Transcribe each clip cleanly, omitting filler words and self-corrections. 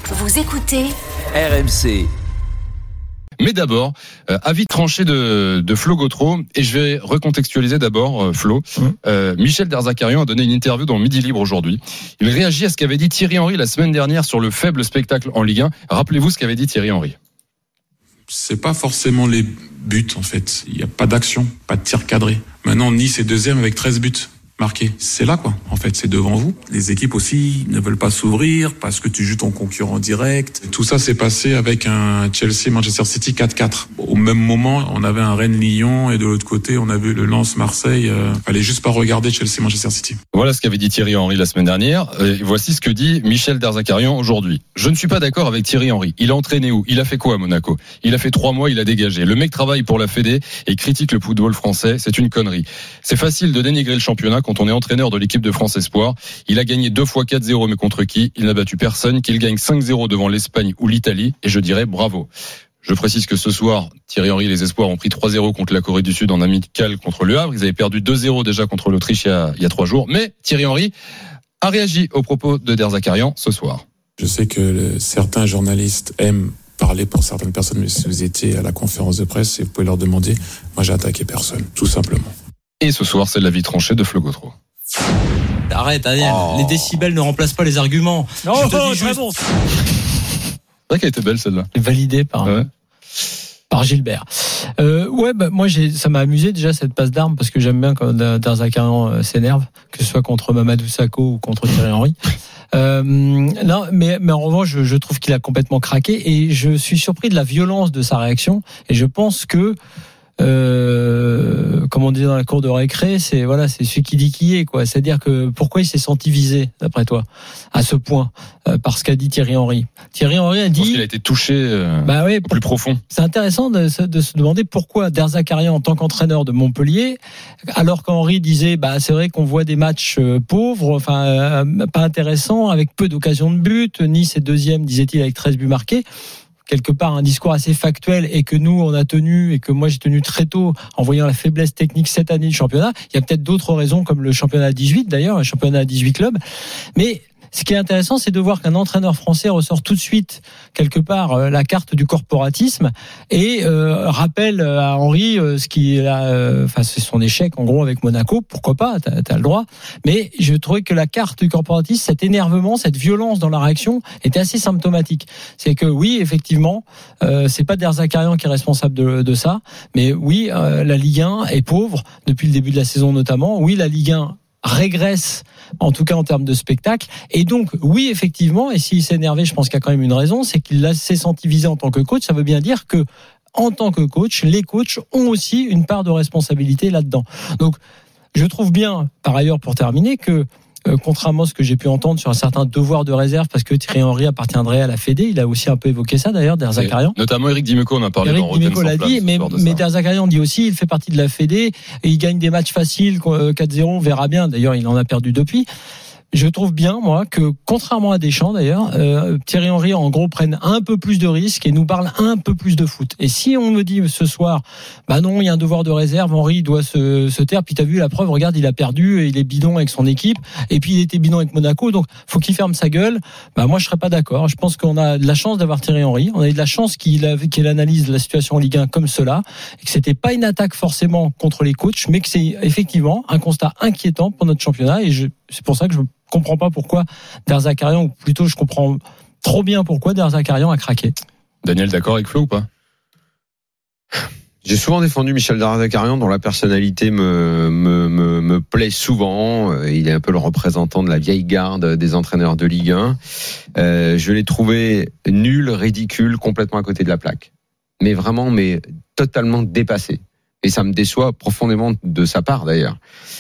Vous écoutez RMC. Mais d'abord, avis tranché de Flo Gautreau, et je vais recontextualiser d'abord Flo. Michel Derzakarian a donné une interview dans Midi Libre aujourd'hui. Il réagit à ce qu'avait dit Thierry Henry la semaine dernière sur le faible spectacle en Ligue 1. Rappelez-vous ce qu'avait dit Thierry Henry. C'est pas forcément les buts en fait. Il n'y a pas d'action, pas de tir cadré. Maintenant, Nice est deuxième avec 13 buts marqués. C'est là quoi. En fait, c'est devant vous. Les équipes aussi ne veulent pas s'ouvrir parce que tu joues ton concurrent direct. Tout ça s'est passé avec un Chelsea-Manchester City 4-4. Au même moment, on avait un Rennes-Lyon et de l'autre côté, on avait le Lens-Marseille. Fallait juste pas regarder Chelsea-Manchester City. Voilà ce qu'avait dit Thierry Henry la semaine dernière. Et voici ce que dit Michel Derzakarian aujourd'hui. Je ne suis pas d'accord avec Thierry Henry. Il a entraîné où ? Il a fait quoi à Monaco ? Il a fait 3 mois, il a dégagé. Le mec travaille pour la Fédé et critique le football français. C'est une connerie. C'est facile de dénigrer le championnat quand on est entraîneur de l'équipe de France Espoir. Il a gagné 2 fois 4-0, mais contre qui ? Il n'a battu personne, qu'il gagne 5-0 devant l'Espagne ou l'Italie, et je dirais bravo. Je précise que ce soir, Thierry Henry et les Espoirs ont pris 3-0 contre la Corée du Sud en amical contre le Havre. Ils avaient perdu 2-0 déjà contre l'Autriche il y a 3 jours. Mais Thierry Henry a réagi aux propos de Derzakarian ce soir. Je sais que certains journalistes aiment parler pour certaines personnes, mais si vous étiez à la conférence de presse, vous pouvez leur demander. Moi, j'ai attaqué personne, tout simplement. Et ce soir, c'est l'avis tranché de Flo Gautreau. Arrête, Daniel. Les décibels ne remplacent pas les arguments. Non, très bon. C'est vrai qu'elle était belle celle-là. Validé par Gilbert. Moi ça m'a amusé déjà cette passe d'armes parce que j'aime bien quand Derzakarian s'énerve, que ce soit contre Mamadou Sakho ou contre Thierry Henry. Non, mais en revanche, je trouve qu'il a complètement craqué et je suis surpris de la violence de sa réaction et je pense que comme on dit dans la cour de récré, c'est celui qui dit qui est quoi. C'est-à-dire que pourquoi il s'est senti visé d'après toi à ce point par ce qu'a dit Thierry Henry. Thierry Henry a dit. Je pense qu'il a été touché au plus profond. C'est intéressant de se demander pourquoi Derzakarian en tant qu'entraîneur de Montpellier, alors qu'Henry disait c'est vrai qu'on voit des matchs pauvres, pas intéressants, avec peu d'occasions de but. Nice est deuxième, disait-il, avec 13 buts marqués. Quelque part un discours assez factuel et que nous on a tenu et que moi j'ai tenu très tôt en voyant la faiblesse technique cette année du championnat. Il y a peut-être d'autres raisons comme le championnat à 18 d'ailleurs, le championnat à 18 clubs. Mais ce qui est intéressant, c'est de voir qu'un entraîneur français ressort tout de suite, quelque part, la carte du corporatisme et rappelle à Henry ce qui a, c'est son échec en gros avec Monaco. Pourquoi pas, t'as le droit. Mais je trouvais que la carte du corporatisme, cet énervement, cette violence dans la réaction était assez symptomatique. C'est que oui, effectivement, c'est pas Derzakarian qui est responsable de ça, mais oui, la Ligue 1 est pauvre depuis le début de la saison notamment. Oui, la Ligue 1 régresse, en tout cas en termes de spectacle. Et donc, oui, effectivement, et s'il s'est énervé, je pense qu'il y a quand même une raison, c'est qu'il s'est senti visé en tant que coach. Ça veut bien dire que, en tant que coach, les coachs ont aussi une part de responsabilité là-dedans. Donc, je trouve bien, par ailleurs, pour terminer, que contrairement à ce que j'ai pu entendre sur un certain devoir de réserve, parce que Thierry Henry appartiendrait à la Fédé, il a aussi un peu évoqué ça d'ailleurs, Derzakarian. Notamment Eric Dimeco, on a parlé dans Eric Dimeco l'a dit, mais Derzakarian dit aussi, il fait partie de la Fédé, et il gagne des matchs faciles, 4-0, on verra bien, d'ailleurs il en a perdu depuis. Je trouve bien, moi, que contrairement à Deschamps d'ailleurs, Thierry Henry en gros prenne un peu plus de risques et nous parle un peu plus de foot. Et si on me dit ce soir, non, il y a un devoir de réserve, Henry doit se taire, puis t'as vu la preuve, regarde, il a perdu, et il est bidon avec son équipe, et puis il était bidon avec Monaco, donc faut qu'il ferme sa gueule. Moi je serais pas d'accord. Je pense qu'on a de la chance d'avoir Thierry Henry, on a eu de la chance qu'il analyse la situation en Ligue 1 comme cela, et que c'était pas une attaque forcément contre les coachs, mais que c'est effectivement un constat inquiétant pour notre championnat, et c'est pour ça que je comprends pas pourquoi Derzakarian, ou plutôt je comprends trop bien pourquoi Derzakarian a craqué. Daniel, d'accord avec Flo ou pas ? J'ai souvent défendu Michel Derzakarian, dont la personnalité me plaît souvent. Il est un peu le représentant de la vieille garde des entraîneurs de Ligue 1. Je l'ai trouvé nul, ridicule, complètement à côté de la plaque. Mais vraiment, totalement dépassé. Et ça me déçoit profondément de sa part d'ailleurs.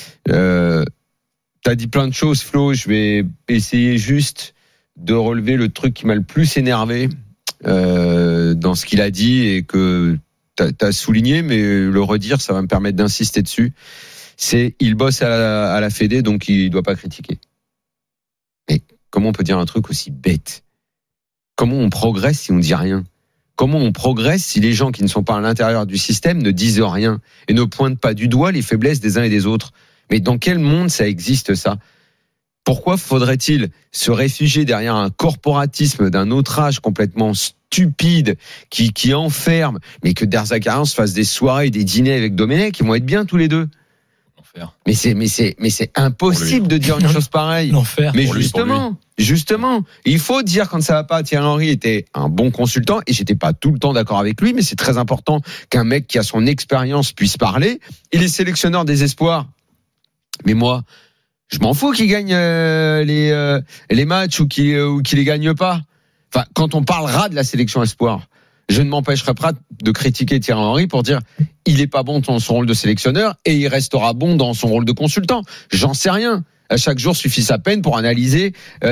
T'as dit plein de choses, Flo. Je vais essayer juste de relever le truc qui m'a le plus énervé dans ce qu'il a dit et que t'as souligné, mais le redire, ça va me permettre d'insister dessus. C'est il bosse à la Fédé, donc il doit pas critiquer. Mais comment on peut dire un truc aussi bête ? Comment on progresse si on dit rien ? Comment on progresse si les gens qui ne sont pas à l'intérieur du système ne disent rien et ne pointent pas du doigt les faiblesses des uns et des autres ? Mais dans quel monde ça existe ça ? Pourquoi faudrait-il se réfugier derrière un corporatisme d'un autre âge complètement stupide qui enferme, mais que Der Zakarian se fasse des soirées, des dîners avec Domenech, ils vont être bien tous les deux. Mais c'est impossible de dire une chose pareille. L'enfer. Mais Pour lui, justement, il faut dire quand ça va pas. Thierry Henry était un bon consultant et j'étais pas tout le temps d'accord avec lui, mais c'est très important qu'un mec qui a son expérience puisse parler. Il est sélectionneur des espoirs. Mais moi, je m'en fous qu'il gagne les matchs ou qu'il les gagne pas. Enfin, quand on parlera de la sélection espoir, je ne m'empêcherai pas de critiquer Thierry Henry pour dire il est pas bon dans son rôle de sélectionneur et il restera bon dans son rôle de consultant. J'en sais rien. À chaque jour suffit sa peine pour analyser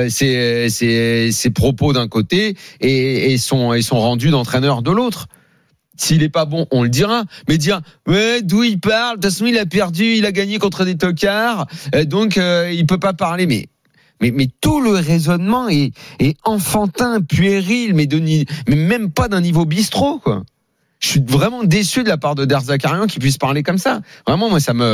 ses propos d'un côté et son rendu d'entraîneur de l'autre. S'il est pas bon, on le dira. Mais dire, ouais, d'où il parle? De toute façon, il a perdu, il a gagné contre des tocards, donc il peut pas parler. Mais tout le raisonnement est enfantin, puéril, mais même pas d'un niveau bistrot, quoi. Je suis vraiment déçu de la part de Der Zakarian qui puisse parler comme ça. Vraiment,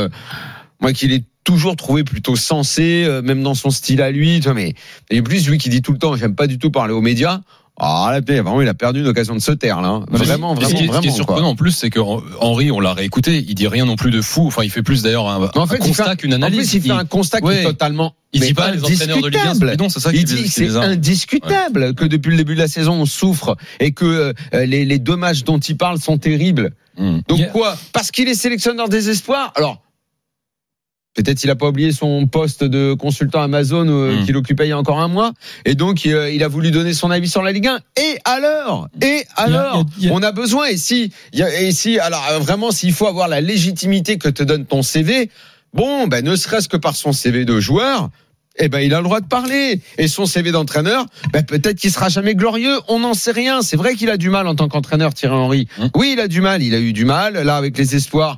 moi qu'il est toujours trouvé plutôt sensé, même dans son style à lui. Mais et plus lui qui dit tout le temps, j'aime pas du tout parler aux médias. Ah là, vraiment, il a perdu une occasion de se taire, là. Vraiment. Ce qui est surprenant en plus, c'est que Henry, on l'a réécouté, il dit rien non plus de fou. Enfin, il fait plus d'ailleurs un constat qu'une analyse. En plus, il fait un constat qui est totalement. Il dit pas les entraîneurs de Ligue 1, c'est bidon, c'est ça qu'il dit. C'est indiscutable que depuis le début de la saison, on souffre et que les deux matchs dont il parle sont terribles. Donc quoi? Parce qu'il est sélectionneur des espoirs. Alors. Peut-être il a pas oublié son poste de consultant Amazon qu'il occupait il y a encore un mois et donc il a voulu donner son avis sur la Ligue 1. Et alors on a besoin alors vraiment s'il faut avoir la légitimité que te donne ton CV, ne serait-ce que par son CV de joueur, il a le droit de parler. Et son CV d'entraîneur, peut-être qu'il sera jamais glorieux. On n'en sait rien. C'est vrai qu'il a du mal en tant qu'entraîneur, Thierry Henry. Oui, il a du mal. Il a eu du mal. Là, avec les espoirs,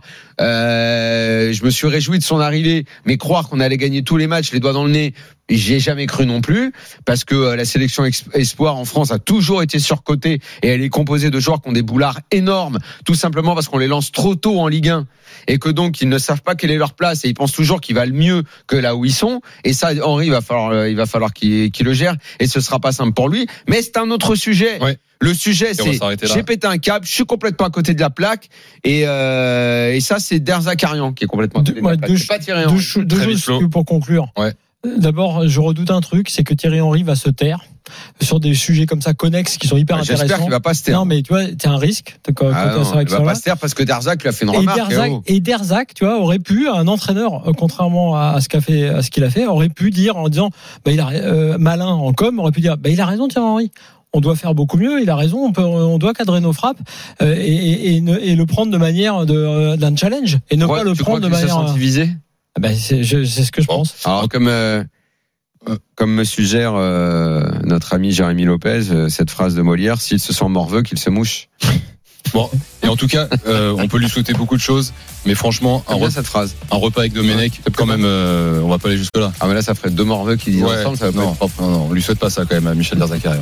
je me suis réjoui de son arrivée. Mais croire qu'on allait gagner tous les matchs, les doigts dans le nez, j'y ai jamais cru non plus. Parce que la sélection espoir en France a toujours été surcotée. Et elle est composée de joueurs qui ont des boulards énormes. Tout simplement parce qu'on les lance trop tôt en Ligue 1. Et que donc, ils ne savent pas quelle est leur place. Et ils pensent toujours qu'ils valent mieux que là où ils sont. Et ça, Henry, il va falloir qu'il le gère. Et ce sera pas simple pour lui. Mais c'est un autre sujet. Ouais. Le sujet, c'est j'ai pété un câble, je suis complètement à côté de la plaque. Et ça, c'est Der Zakarian qui est complètement à côté de la plaque. C'est pas Thierry Henry. Deux choses pour conclure. Ouais. D'abord, je redoute un truc, c'est que Thierry Henry va se taire sur des sujets comme ça connexes qui sont hyper intéressants. J'espère qu'il va pas se taire. Non, mais tu vois, c'est un risque. Il va pas se taire parce que Der Zak lui a fait une remarque. Et Der Zak, tu vois, aurait pu, un entraîneur, contrairement à ce qu'il a fait, aurait pu dire en disant, il a malin en com, aurait pu dire, il a raison Thierry Henry. On doit faire beaucoup mieux. Il a raison. On doit cadrer nos frappes et le prendre de manière d'un challenge et ne pas le prendre de manière. Tu crois qu'il s'est senti visé? C'est ce que je pense. Alors comme me suggère notre ami Jérémy Lopez, cette phrase de Molière, s'il se sent morveux, qu'il se mouche. Bon, et en tout cas, on peut lui souhaiter beaucoup de choses, mais franchement, cette phrase. Un repas avec Domenech, quand même, on va pas aller jusque là. Ah mais là, ça ferait deux morveux qui disent ensemble, ça va pas être propre. Non, on lui souhaite pas ça quand même à Michel Der Zakarian.